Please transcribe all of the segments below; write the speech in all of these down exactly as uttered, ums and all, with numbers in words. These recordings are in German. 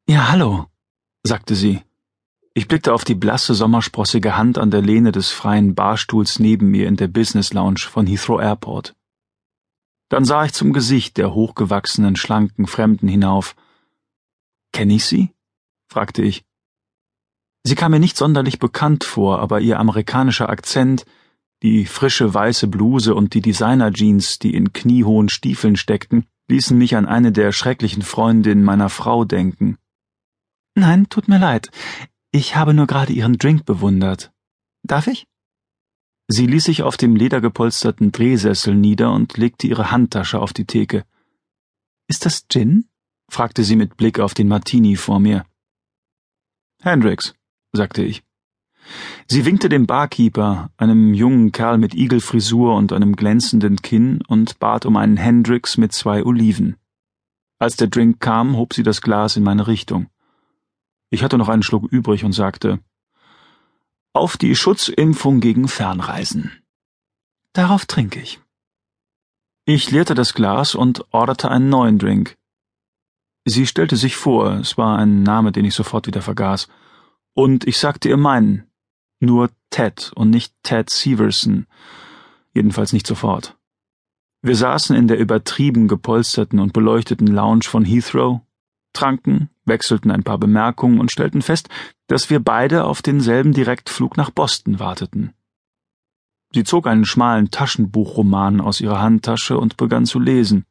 Ja, hallo, sagte sie. Ich blickte auf die blasse, sommersprossige Hand an der Lehne des freien Barstuhls neben mir in der Business Lounge von Heathrow Airport. Dann sah ich zum Gesicht der hochgewachsenen, schlanken Fremden hinauf. »Kenne ich Sie?« fragte ich. Sie kam mir nicht sonderlich bekannt vor, aber ihr amerikanischer Akzent, die frische weiße Bluse und die Designer-Jeans, die in kniehohen Stiefeln steckten, ließen mich an eine der schrecklichen Freundinnen meiner Frau denken. »Nein, tut mir leid. Ich habe nur gerade Ihren Drink bewundert. Darf ich?« Sie ließ sich auf dem ledergepolsterten Drehsessel nieder und legte ihre Handtasche auf die Theke. »Ist das Gin?« fragte sie mit Blick auf den Martini vor mir. »Hendrix«, sagte ich. Sie winkte dem Barkeeper, einem jungen Kerl mit Igelfrisur und einem glänzenden Kinn, und bat um einen Hendrix mit zwei Oliven. Als der Drink kam, hob sie das Glas in meine Richtung. Ich hatte noch einen Schluck übrig und sagte, »Auf die Schutzimpfung gegen Fernreisen.« »Darauf trinke ich.« Ich leerte das Glas und orderte einen neuen Drink. Sie stellte sich vor, es war ein Name, den ich sofort wieder vergaß, und ich sagte ihr meinen, nur Ted und nicht Ted Severson, jedenfalls nicht sofort. Wir saßen in der übertrieben gepolsterten und beleuchteten Lounge von Heathrow, tranken, wechselten ein paar Bemerkungen und stellten fest, dass wir beide auf denselben Direktflug nach Boston warteten. Sie zog einen schmalen Taschenbuchroman aus ihrer Handtasche und begann zu lesen.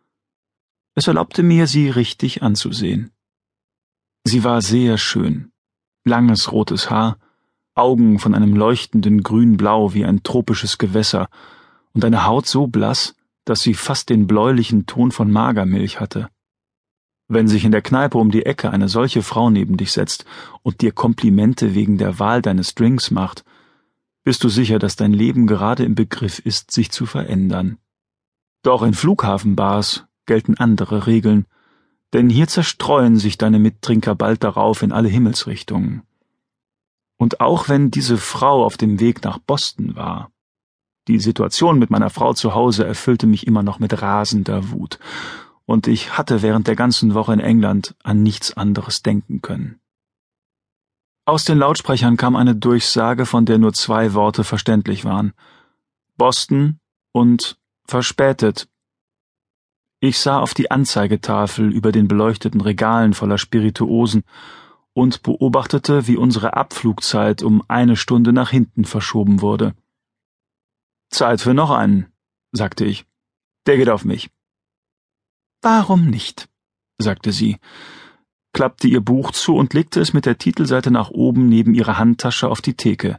Es erlaubte mir, sie richtig anzusehen. Sie war sehr schön. Langes rotes Haar, Augen von einem leuchtenden Grünblau wie ein tropisches Gewässer und eine Haut so blass, dass sie fast den bläulichen Ton von Magermilch hatte. Wenn sich in der Kneipe um die Ecke eine solche Frau neben dich setzt und dir Komplimente wegen der Wahl deines Drinks macht, bist du sicher, dass dein Leben gerade im Begriff ist, sich zu verändern. Doch in Flughafenbars gelten andere Regeln, denn hier zerstreuen sich deine Mittrinker bald darauf in alle Himmelsrichtungen. Und auch wenn diese Frau auf dem Weg nach Boston war, die Situation mit meiner Frau zu Hause erfüllte mich immer noch mit rasender Wut, und ich hatte während der ganzen Woche in England an nichts anderes denken können. Aus den Lautsprechern kam eine Durchsage, von der nur zwei Worte verständlich waren. Boston und verspätet. Ich sah auf die Anzeigetafel über den beleuchteten Regalen voller Spirituosen und beobachtete, wie unsere Abflugzeit um eine Stunde nach hinten verschoben wurde. »Zeit für noch einen«, sagte ich. »Der geht auf mich.« »Warum nicht?«, sagte sie, klappte ihr Buch zu und legte es mit der Titelseite nach oben neben ihre Handtasche auf die Theke.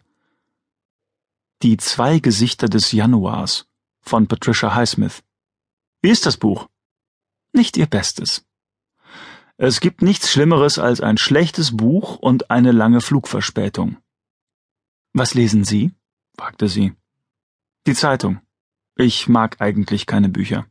»Die zwei Gesichter des Januars« von Patricia Highsmith. »Wie ist das Buch?« »Nicht Ihr Bestes.« »Es gibt nichts Schlimmeres als ein schlechtes Buch und eine lange Flugverspätung.« »Was lesen Sie?«, fragte sie. »Die Zeitung. Ich mag eigentlich keine Bücher.«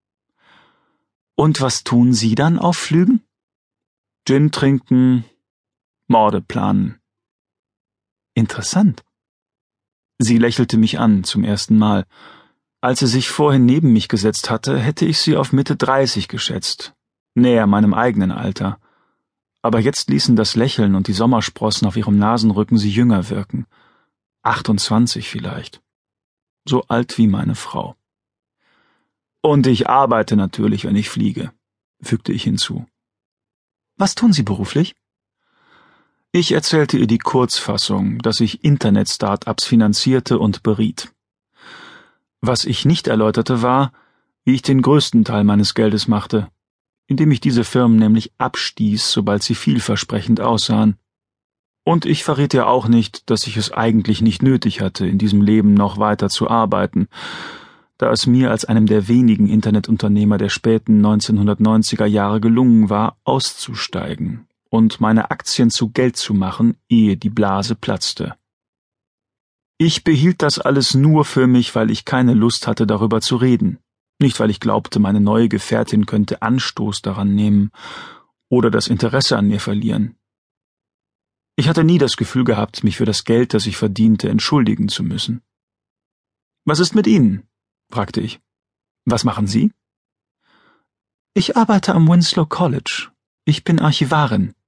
»Und was tun Sie dann auf Flügen?« »Gin trinken, Morde planen.« »Interessant.« Sie lächelte mich an zum ersten Mal. Als sie sich vorhin neben mich gesetzt hatte, hätte ich sie auf Mitte dreißig geschätzt, näher meinem eigenen Alter. Aber jetzt ließen das Lächeln und die Sommersprossen auf ihrem Nasenrücken sie jünger wirken. achtundzwanzig vielleicht. So alt wie meine Frau. »Und ich arbeite natürlich, wenn ich fliege«, fügte ich hinzu. »Was tun Sie beruflich?« Ich erzählte ihr die Kurzfassung, dass ich Internet-Startups finanzierte und beriet. Was ich nicht erläuterte war, wie ich den größten Teil meines Geldes machte, indem ich diese Firmen nämlich abstieß, sobald sie vielversprechend aussahen. Und ich verriet ihr auch nicht, dass ich es eigentlich nicht nötig hatte, in diesem Leben noch weiter zu arbeiten, da es mir als einem der wenigen Internetunternehmer der späten neunzehnhundertneunziger Jahre gelungen war, auszusteigen und meine Aktien zu Geld zu machen, ehe die Blase platzte. Ich behielt das alles nur für mich, weil ich keine Lust hatte, darüber zu reden, nicht weil ich glaubte, meine neue Gefährtin könnte Anstoß daran nehmen oder das Interesse an mir verlieren. Ich hatte nie das Gefühl gehabt, mich für das Geld, das ich verdiente, entschuldigen zu müssen. »Was ist mit Ihnen?« fragte ich. »Was machen Sie?« »Ich arbeite am Winslow College. Ich bin Archivarin.«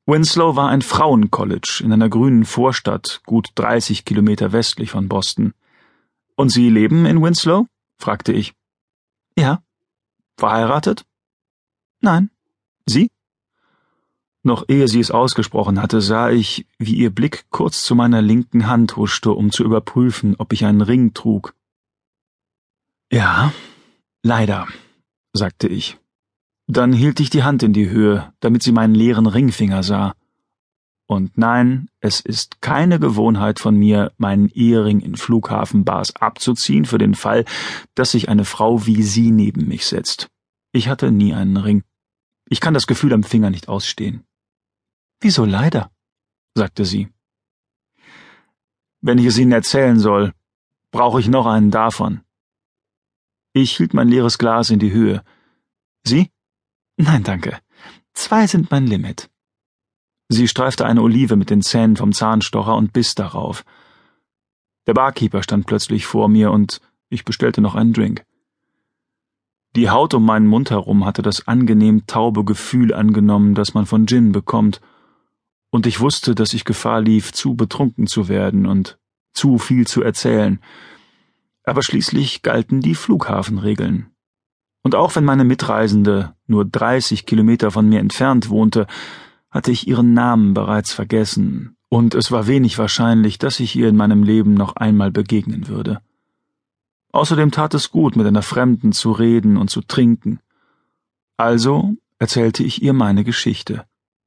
Winslow war ein Frauencollege in einer grünen Vorstadt, gut dreißig Kilometer westlich von Boston. »Und Sie leben in Winslow?« fragte ich. »Ja.« »Verheiratet?« »Nein. Sie?« Noch ehe sie es ausgesprochen hatte, sah ich, wie ihr Blick kurz zu meiner linken Hand huschte, um zu überprüfen, ob ich einen Ring trug. »Ja, leider«, sagte ich. Dann hielt ich die Hand in die Höhe, damit sie meinen leeren Ringfinger sah. Und nein, es ist keine Gewohnheit von mir, meinen Ehering in Flughafenbars abzuziehen für den Fall, dass sich eine Frau wie sie neben mich setzt. Ich hatte nie einen Ring. Ich kann das Gefühl am Finger nicht ausstehen. »Wieso leider?«, sagte sie. »Wenn ich es Ihnen erzählen soll, brauche ich noch einen davon.« Ich hielt mein leeres Glas in die Höhe. »Sie?« »Nein, danke. Zwei sind mein Limit.« Sie streifte eine Olive mit den Zähnen vom Zahnstocher und biss darauf. Der Barkeeper stand plötzlich vor mir und ich bestellte noch einen Drink. Die Haut um meinen Mund herum hatte das angenehm taube Gefühl angenommen, das man von Gin bekommt, und ich wusste, dass ich Gefahr lief, zu betrunken zu werden und zu viel zu erzählen. Aber schließlich galten die Flughafenregeln. Und auch wenn meine Mitreisende nur dreißig Kilometer von mir entfernt wohnte, hatte ich ihren Namen bereits vergessen, und es war wenig wahrscheinlich, dass ich ihr in meinem Leben noch einmal begegnen würde. Außerdem tat es gut, mit einer Fremden zu reden und zu trinken. Also erzählte ich ihr meine Geschichte.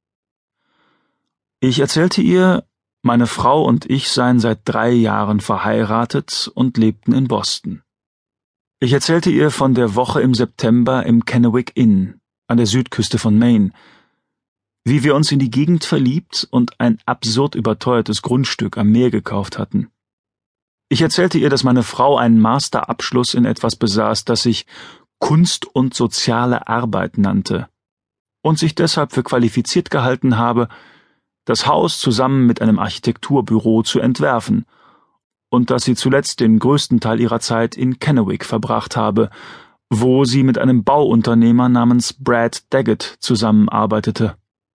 Ich erzählte ihr, meine Frau und ich seien seit drei Jahren verheiratet und lebten in Boston. Ich erzählte ihr von der Woche im September im Kennewick Inn an der Südküste von Maine, wie wir uns in die Gegend verliebt und ein absurd überteuertes Grundstück am Meer gekauft hatten. Ich erzählte ihr, dass meine Frau einen Masterabschluss in etwas besaß, das sich Kunst und soziale Arbeit nannte und sich deshalb für qualifiziert gehalten habe, das Haus zusammen mit einem Architekturbüro zu entwerfen, und dass sie zuletzt den größten Teil ihrer Zeit in Kennewick verbracht habe, wo sie mit einem Bauunternehmer namens Brad Daggett zusammenarbeitete.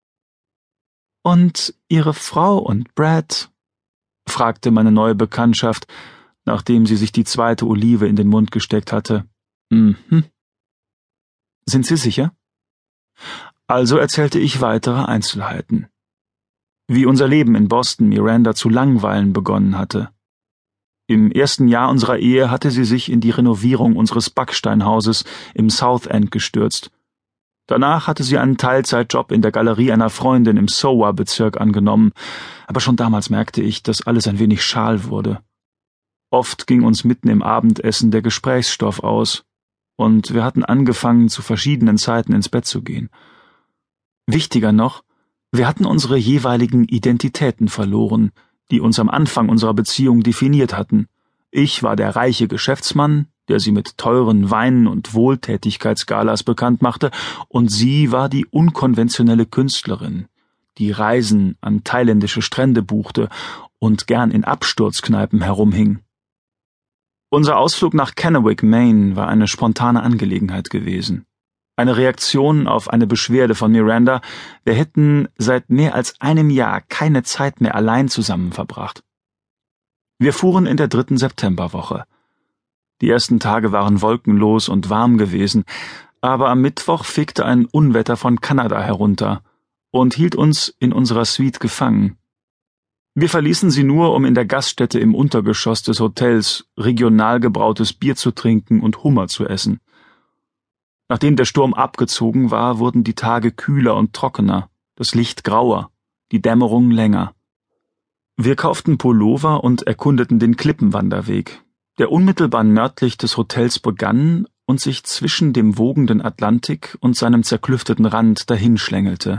»Und Ihre Frau und Brad?« fragte meine neue Bekanntschaft, nachdem sie sich die zweite Olive in den Mund gesteckt hatte. »Mhm.« »Sind Sie sicher?« Also erzählte ich weitere Einzelheiten. Wie unser Leben in Boston Miranda zu langweilen begonnen hatte. Im ersten Jahr unserer Ehe hatte sie sich in die Renovierung unseres Backsteinhauses im South End gestürzt. Danach hatte sie einen Teilzeitjob in der Galerie einer Freundin im S O A-Bezirk angenommen, aber schon damals merkte ich, dass alles ein wenig schal wurde. Oft ging uns mitten im Abendessen der Gesprächsstoff aus, und wir hatten angefangen, zu verschiedenen Zeiten ins Bett zu gehen. Wichtiger noch, wir hatten unsere jeweiligen Identitäten verloren, die uns am Anfang unserer Beziehung definiert hatten. Ich war der reiche Geschäftsmann, der sie mit teuren Weinen und Wohltätigkeitsgalas bekannt machte, und sie war die unkonventionelle Künstlerin, die Reisen an thailändische Strände buchte und gern in Absturzkneipen herumhing. Unser Ausflug nach Kennewick, Maine, war eine spontane Angelegenheit gewesen. Eine Reaktion auf eine Beschwerde von Miranda, wir hätten seit mehr als einem Jahr keine Zeit mehr allein zusammen verbracht. Wir fuhren in der dritten Septemberwoche. Die ersten Tage waren wolkenlos und warm gewesen, aber am Mittwoch fegte ein Unwetter von Kanada herunter und hielt uns in unserer Suite gefangen. Wir verließen sie nur, um in der Gaststätte im Untergeschoss des Hotels regional gebrautes Bier zu trinken und Hummer zu essen. Nachdem der Sturm abgezogen war, wurden die Tage kühler und trockener, das Licht grauer, die Dämmerung länger. Wir kauften Pullover und erkundeten den Klippenwanderweg, der unmittelbar nördlich des Hotels begann und sich zwischen dem wogenden Atlantik und seinem zerklüfteten Rand dahinschlängelte.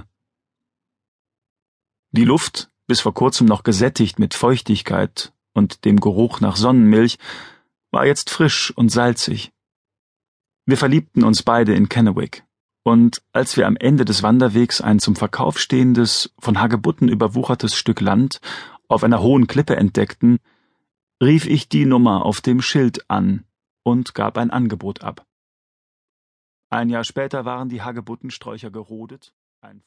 Die Luft, bis vor kurzem noch gesättigt mit Feuchtigkeit und dem Geruch nach Sonnenmilch, war jetzt frisch und salzig. Wir verliebten uns beide in Kennewick, und als wir am Ende des Wanderwegs ein zum Verkauf stehendes, von Hagebutten überwuchertes Stück Land auf einer hohen Klippe entdeckten, rief ich die Nummer auf dem Schild an und gab ein Angebot ab. Ein Jahr später waren die Hagebuttensträucher gerodet, ein